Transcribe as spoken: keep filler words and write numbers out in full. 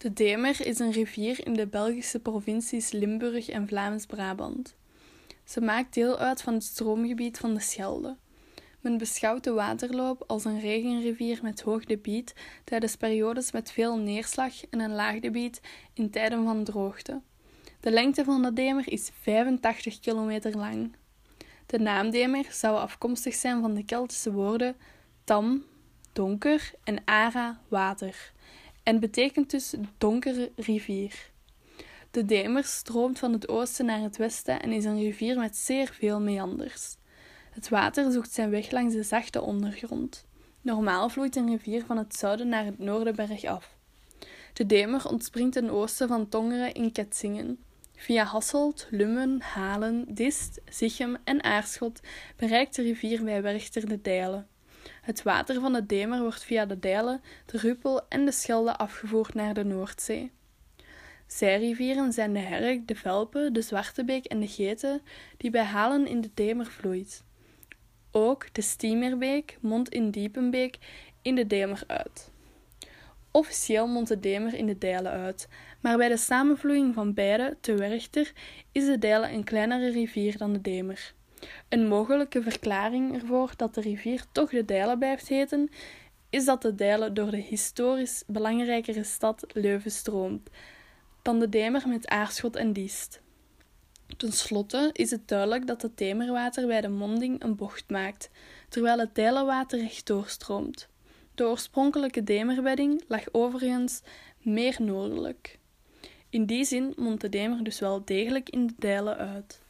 De Demer is een rivier in de Belgische provincies Limburg en Vlaams-Brabant. Ze maakt deel uit van het stroomgebied van de Schelde. Men beschouwt de waterloop als een regenrivier met hoog debiet tijdens periodes met veel neerslag en een laag debiet in tijden van droogte. De lengte van de Demer is vijfentachtig kilometer lang. De naam Demer zou afkomstig zijn van de Keltische woorden tam, donker en ara, water, en betekent dus donkere rivier. De Demer stroomt van het oosten naar het westen en is een rivier met zeer veel meanders. Het water zoekt zijn weg langs de zachte ondergrond. Normaal vloeit een rivier van het zuiden naar het noorden bergaf. De Demer ontspringt ten oosten van Tongeren in Ketzingen. Via Hasselt, Lummen, Halen, Dist, Zichem en Aarschot bereikt de rivier bij Werchter de Dijlen. Het water van de Demer wordt via de Dijlen, de Ruppel en de Schelde afgevoerd naar de Noordzee. Zijrivieren zijn de Herk, de Velpe, de Zwartebeek en de Gete, die bij Halen in de Demer vloeit. Ook de Stiemerbeek mondt in Diepenbeek in de Demer uit. Officieel mondt de Demer in de Dijlen uit, maar bij de samenvloeiing van beide te Werchter is de Dijlen een kleinere rivier dan de Demer. Een mogelijke verklaring ervoor dat de rivier toch de Dijlen blijft heten, is dat de Dijlen door de historisch belangrijkere stad Leuven stroomt dan de Demer met Aarschot en Diest. Ten slotte is het duidelijk dat het Demerwater bij de monding een bocht maakt, terwijl het Dijlenwater recht doorstroomt. De oorspronkelijke Demerbedding lag overigens meer noordelijk. In die zin mondt de Demer dus wel degelijk in de Dijlen uit.